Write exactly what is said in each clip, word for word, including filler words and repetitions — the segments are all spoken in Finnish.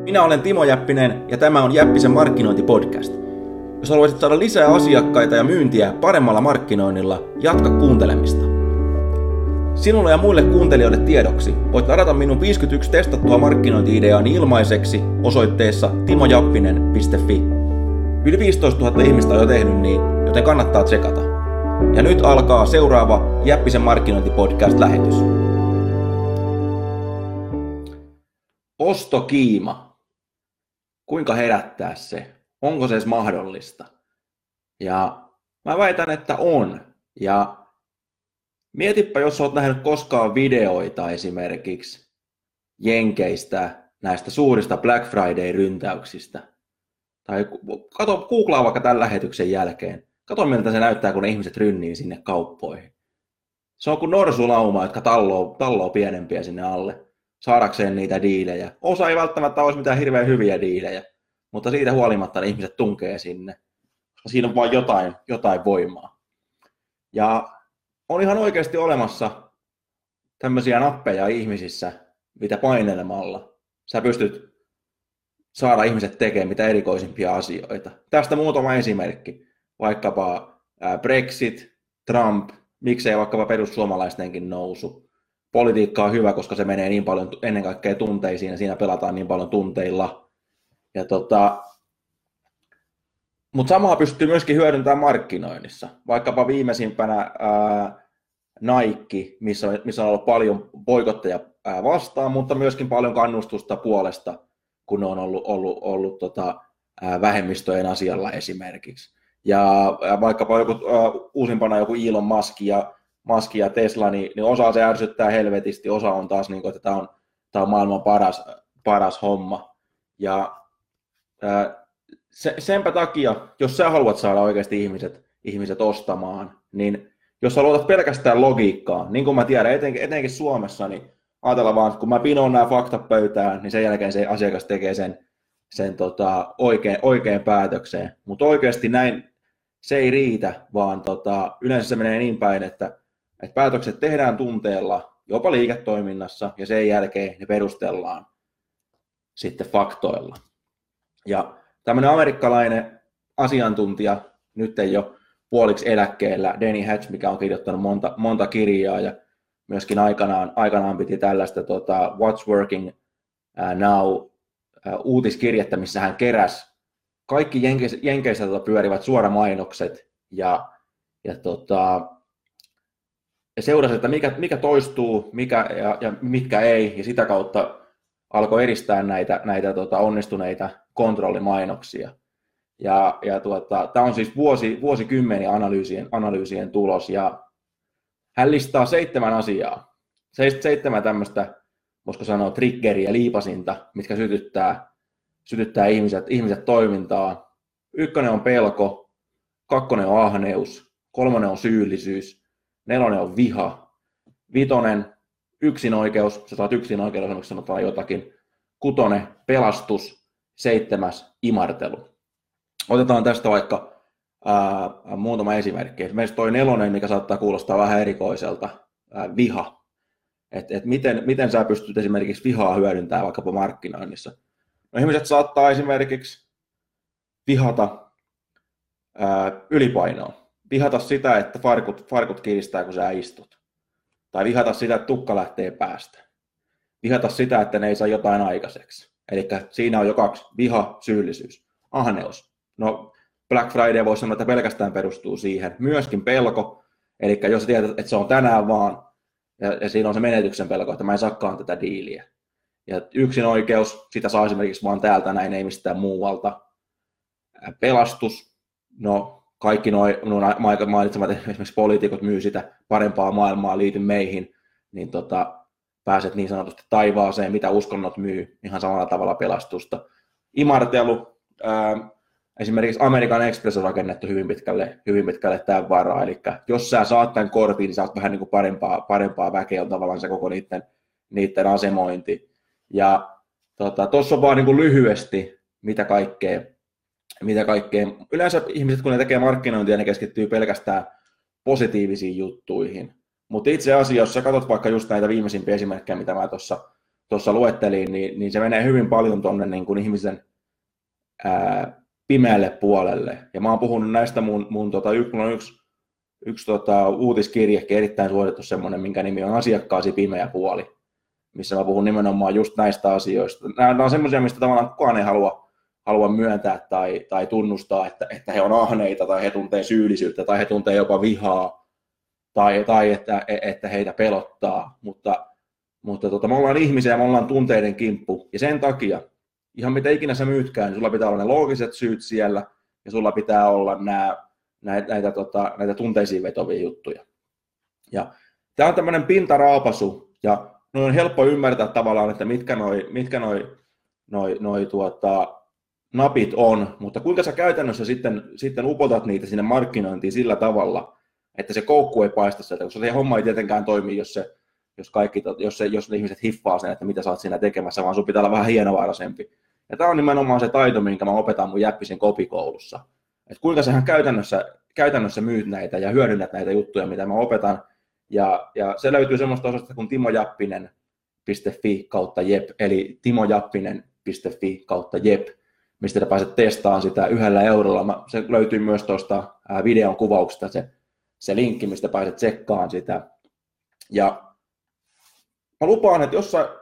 Minä olen Timo Jäppinen ja tämä on Jäppisen markkinointipodcast. Jos haluaisit saada lisää asiakkaita ja myyntiä paremmalla markkinoinnilla, jatka kuuntelemista. Sinulle ja muille kuuntelijoille tiedoksi voit ladata minun viisikymmentäyksi testattua markkinointi-ideaani ilmaiseksi osoitteessa timojappinen piste fi. Yli viisitoistatuhatta ihmistä on jo tehnyt niin, joten kannattaa tsekata. Ja nyt alkaa seuraava Jäppisen markkinointipodcast-lähetys. Ostokiima. Kuinka herättää se? Onko se edes mahdollista? Ja mä väitän, että on. Ja mietipä, jos olet nähnyt koskaan videoita esimerkiksi Jenkeistä, näistä suurista Black Friday-ryntäyksistä. Tai kato, googlaa vaikka tämän lähetyksen jälkeen. Kato, miltä se näyttää, kun ne ihmiset rynnii sinne kauppoihin. Se on kuin norsulauma, jotka talloo, talloo pienempiä sinne alle, saadakseen niitä diilejä. Osa ei välttämättä olisi mitään hirveän hyviä diilejä, mutta siitä huolimatta ne ihmiset tunkee sinne, koska siinä on vain jotain, jotain voimaa. Ja on ihan oikeasti olemassa tämmöisiä nappeja ihmisissä, mitä painelemalla sä pystyt saada ihmiset tekemään mitä erikoisimpia asioita. Tästä muutama esimerkki, vaikkapa Brexit, Trump, miksei vaikkapa perussuomalaistenkin nousu. Politiikka on hyvä, koska se menee niin paljon ennen kaikkea tunteisiin ja siinä pelataan niin paljon tunteilla. Ja tota, mutta samaa pystyy myöskin hyödyntämään markkinoinnissa. Vaikkapa viimeisimpänä ää, Nike, missä on, missä on ollut paljon boikotteja ää, vastaan, mutta myöskin paljon kannustusta puolesta, kun ne on ollut, ollut, ollut tota, ää, vähemmistöjen asialla esimerkiksi. Ja ää, vaikkapa joku, ää, uusimpana joku Elon Musk ja, Musk ja Tesla, niin, niin osa se ärsyttää helvetisti, osa on taas, niin kuin, että tämä on, tämä on maailman paras, paras homma. Ja ää, se, senpä takia, jos sä haluat saada oikeasti ihmiset, ihmiset ostamaan, niin jos sä luotat pelkästään logiikkaa, niin kuin mä tiedän, etenkin, etenkin Suomessa, niin ajatellaan vaan, että kun mä pinoon nämä faktat pöytään, niin sen jälkeen se asiakas tekee sen, sen tota, oikein, oikein päätökseen. Mutta oikeasti näin se ei riitä, vaan tota, yleensä se menee niin päin, että, että päätökset tehdään tunteella, jopa liiketoiminnassa, ja sen jälkeen ne perustellaan sitten faktoilla. Ja tämmöinen amerikkalainen asiantuntija, nyt ei ole puoliksi eläkkeellä, Danny Hatch, mikä on kirjoittanut monta, monta kirjaa ja myöskin aikanaan, aikanaan piti tällaista tota, What's Working Now uh, uutiskirjettä, missä hän keräsi kaikki Jenkeissä, Jenkeissä tota, pyörivät suoramainokset ja, ja, tota, ja seurasi, että mikä, mikä toistuu mikä, ja, ja mitkä ei, ja sitä kautta alkoi eristää näitä, näitä tota, onnistuneita kontrollimainoksia. Ja, ja tuota, tämä on siis vuosi, vuosikymmeniä analyysien, analyysien tulos, ja hän listaa seitsemän asiaa, seitsemän tämmöistä, voisiko sanoa, triggeriä, liipasinta, mitkä sytyttää, sytyttää ihmiset, ihmiset toimintaa. Ykkönen on pelko, kakkonen on ahneus, kolmonen on syyllisyys, nelonen on viha, vitonen yksinoikeus, sä saat yksinoikeus, onko sanotaan jotakin, kutonen pelastus, seitsemäs imartelu. Otetaan tästä vaikka ää, muutama esimerkki. Esimerkiksi toi nelonen, mikä saattaa kuulostaa vähän erikoiselta, ää, viha. Et, et miten, miten sä pystyt esimerkiksi vihaa hyödyntämään vaikkapa markkinoinnissa? No, ihmiset saattaa esimerkiksi vihata ää, ylipainoa. Vihata sitä, että farkut, farkut kiristää, kun sä istut. Tai vihata sitä, että tukka lähtee päästä. Vihata sitä, että ne ei saa jotain aikaiseksi. Eli siinä on jo kaksi. Viha, syyllisyys. Ahneus. No, Black Friday voisi sanoa, että pelkästään perustuu siihen. Myöskin pelko. Eli jos tiedät, että se on tänään vaan, ja, ja siinä on se menetyksen pelko, että mä en saakaan tätä diiliä. Ja yksinoikeus, sitä saa esimerkiksi vaan täältä näin, ei mistään muualta. Pelastus. No, kaikki nuo mainitsemat esimerkiksi poliitikot myy sitä parempaa maailmaa, liity meihin, niin tota, pääset niin sanotusti taivaaseen, mitä uskonnot myy, ihan samalla tavalla pelastusta. Imartelu, ää, esimerkiksi American Express on rakennettu hyvin pitkälle, hyvin pitkälle tämän varaa, eli jos sä saat tämän kortin, niin sä oot vähän niin kuin parempaa, parempaa väkeä, on tavallaan se koko niiden, niiden asemointi. Ja tuossa tota, on vaan niin kuin lyhyesti, mitä kaikkea, mitä kaikkea. Yleensä ihmiset, kun ne tekee markkinointia, ne keskittyy pelkästään positiivisiin juttuihin. Mutta itse asiassa, jos sä katsot vaikka just näitä viimeisimpiä esimerkkejä, mitä mä tuossa tuossa luettelin, niin, niin se menee hyvin paljon tuonne niin kuin ihmisen ää, pimeälle puolelle. Ja mä oon puhunut näistä mun, mun tota, yksi, yksi, yksi tota, uutiskirjekin erittäin suosittu semmoinen, minkä nimi on Asiakkaasi pimeä puoli, missä mä puhun nimenomaan just näistä asioista. Nämä, nämä on semmoisia, mistä tavallaan kukaan ei halua, halua myöntää tai, tai tunnustaa, että, että he on ahneita tai he tuntee syyllisyyttä tai he tuntee jopa vihaa tai, tai että, että heitä pelottaa, mutta, mutta tota, me ollaan ihmisiä ja me ollaan tunteiden kimppu ja sen takia ihan mitä ikinä sä myytkään, niin sulla pitää olla ne loogiset syyt siellä ja sulla pitää olla nämä, näitä, näitä, tota, näitä tunteisiin vetovia juttuja. Ja tämä on tämmöinen pintaraapasu ja no on helppo ymmärtää tavallaan, että mitkä noi, mitkä noi, noi, noi tuota, napit on, mutta kuinka sä käytännössä sitten, sitten upotat niitä sinne markkinointiin sillä tavalla, että se koukku ei paista sieltä, koska se homma ei tietenkään toimi, jos, se, jos, kaikki, jos, se, jos ne ihmiset hiffaa sen, että mitä sä oot siinä tekemässä, vaan sun pitää olla vähän hienovaraisempi. Ja tämä on nimenomaan se taito, minkä mä opetan mun Jäppisen kopikoulussa. Että kuinka sähän käytännössä, käytännössä myyt näitä ja hyödynnät näitä juttuja, mitä mä opetan. Ja, ja se löytyy semmoista osasta kuin timojappinen piste fi kautta jep, eli timojappinen piste fi kautta jep, mistä sä pääset testaamaan sitä yhdellä eurolla. Se löytyy myös tuosta videon kuvauksesta se, se linkki, mistä pääset tsekkaamaan sitä. Ja mä lupaan, että jos sä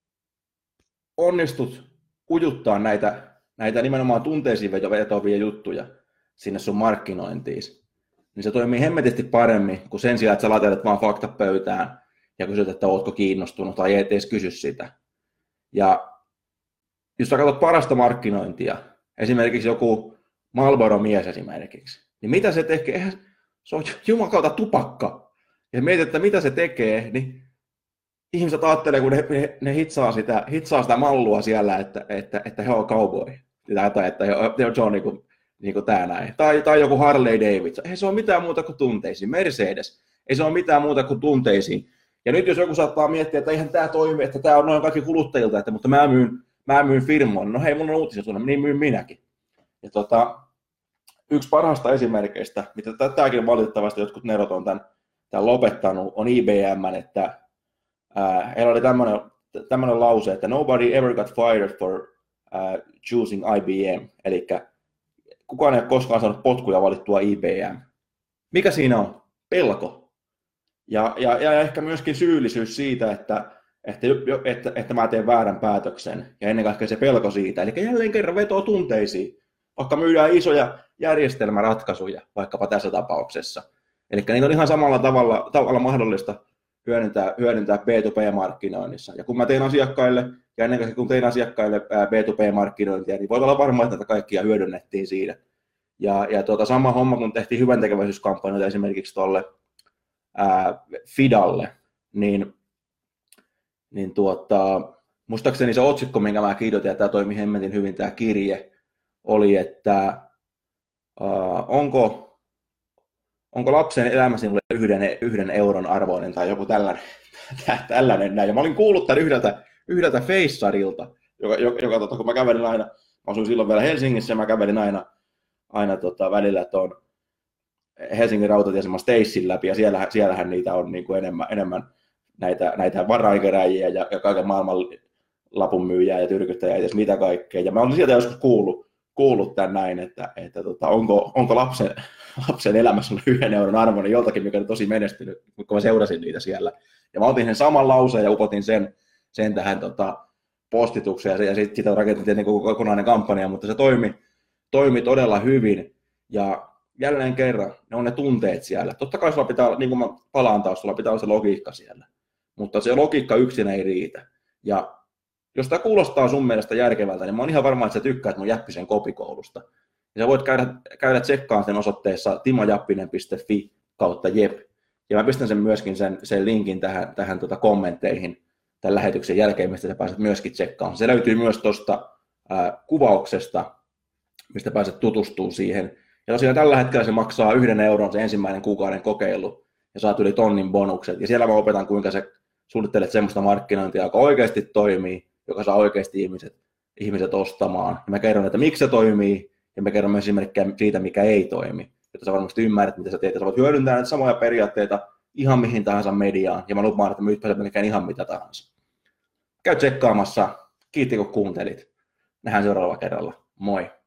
onnistut ujuttaa näitä, näitä nimenomaan tunteisiin vetovia juttuja sinne sun markkinointiin, niin se toimii hemmetisti paremmin kuin sen sijaan, että sä latelet vaan faktat pöytään ja kysyt, että ootko kiinnostunut tai et edes kysy sitä. Ja jos sä katsot parasta markkinointia, esimerkiksi joku Marlboro-mies esimerkiksi, niin mitä se tekee? Eihän, se on jumakauta tupakka. Ja mietit, että mitä se tekee, niin ihmiset ajattelee, kun ne, ne, ne hitsaa, sitä, hitsaa sitä mallua siellä, että, että, että he on cowboy. Tai että se on niin kuin, niin kuin tämä näin. Tai, tai joku Harley Davidson. Ei se ole mitään muuta kuin tunteisiin. Mercedes. Ei se ole mitään muuta kuin tunteisiin. Ja nyt jos joku saattaa miettiä, että eihän tämä toimi, että tämä on noin kaikki kuluttajilta, että, mutta mä myyn, mä myyn firmoon. No hei, mun on uutisia sulle, niin myyn minäkin. Ja tota, yksi parhaista esimerkkeistä, mitä tämäkin valitettavasti jotkut nerot on tämän, tämän lopettanut, on I B M, että Uh, heillä oli tämmöinen, tämmöinen lause, että nobody ever got fired for uh, choosing I B M, eli kukaan ei ole koskaan saanut potkuja valittua I B M. Mikä siinä on? Pelko. Ja, ja, ja ehkä myöskin syyllisyys siitä, että, että, että, että mä teen väärän päätöksen, ja ennen kaikkea se pelko siitä. Eli jälleen kerran vetoo tunteisiin, vaikka myydään isoja järjestelmäratkaisuja, vaikkapa tässä tapauksessa. Eli niitä on ihan samalla tavalla, tavalla mahdollista hyödyntää, hyödyntää B two B-markkinoinnissa. Ja kun mä teen asiakkaille, ja ennen kaikkea kun tein asiakkaille B two B-markkinointia, niin voi olla varma, että näitä kaikkia hyödynnettiin siinä. Ja, ja tuota, sama homma, kun tehtiin hyvän tekeväisyyskampanjoita esimerkiksi tuolle ää, Fidalle, niin, niin tuota, muistaakseni se otsikko, minkä mä kirjoitin, ja tämä toimi hemmetin hyvin, tämä kirje, oli, että ää, onko Onko lapsen elämä sinulle yhden, yhden euron arvoinen tai joku tällainen, tällainen näin. Ja mä olin kuullut tämän yhdeltä, yhdeltä feissarilta, joka, joka, joka tota, kun mä kävelin aina, mä asuin silloin vielä Helsingissä ja mä kävelin aina, aina tota, välillä tuon Helsingin rautatieaseman Stacein läpi ja siellä, siellähän niitä on niin kuin enemmän, enemmän näitä, näitä varainkeräjiä ja, ja kaiken maailman lapunmyyjiä ja tyrkyttäjiä ja mitä kaikkea. Ja mä olin sieltä joskus kuullut, kuullut tämän näin, että, että tota, onko, onko lapsen, lapsen elämässä yhden euron arvoinen joltakin, mikä on tosi menestynyt, kun mä seurasin niitä siellä. Ja mä otin sen saman lauseen ja upotin sen, sen tähän tota, postitukseen, ja sitten sitä rakennettiin niin kokonainen kampanja, mutta se toimi, toimi todella hyvin. Ja jälleen kerran, ne on ne tunteet siellä. Totta kai sulla pitää, niin kuin mä palaan taas, sulla pitää olla se logiikka siellä. Mutta se logiikka yksin ei riitä. Ja jos tämä kuulostaa sun mielestä järkevältä, niin mä oon ihan varma, että sä tykkäät mun Jäppisen kopikoulusta. Ja sä voit käydä, käydä tsekkaamaan sen osoitteessa timojappinen piste fi kautta jep. Ja mä pistän sen myöskin sen, sen linkin tähän, tähän tota kommentteihin tämän lähetyksen jälkeen, mistä sä pääset myöskin tsekkaamaan. Se löytyy myös tuosta kuvauksesta, mistä pääset tutustumaan siihen. Ja tosiaan tällä hetkellä se maksaa yhden euron se ensimmäinen kuukauden kokeilu ja saat yli tonnin bonukset. Ja siellä mä opetan, kuinka sä suunnittelet semmoista markkinointia, joka oikeasti toimii, joka saa oikeasti ihmiset, ihmiset ostamaan. Ja mä kerron, että miksi se toimii, ja mä kerron myös esimerkkejä siitä, mikä ei toimi. Jotta sä varmasti ymmärrät, mitä sä teet. Ja sä voit hyödyntää näitä samoja periaatteita ihan mihin tahansa mediaan. Ja mä lupaan, että myyt pääset melkein ihan mitä tahansa. käy tsekkaamassa. Kiitti kun kuuntelit. Nähdään seuraavalla kerralla. Moi!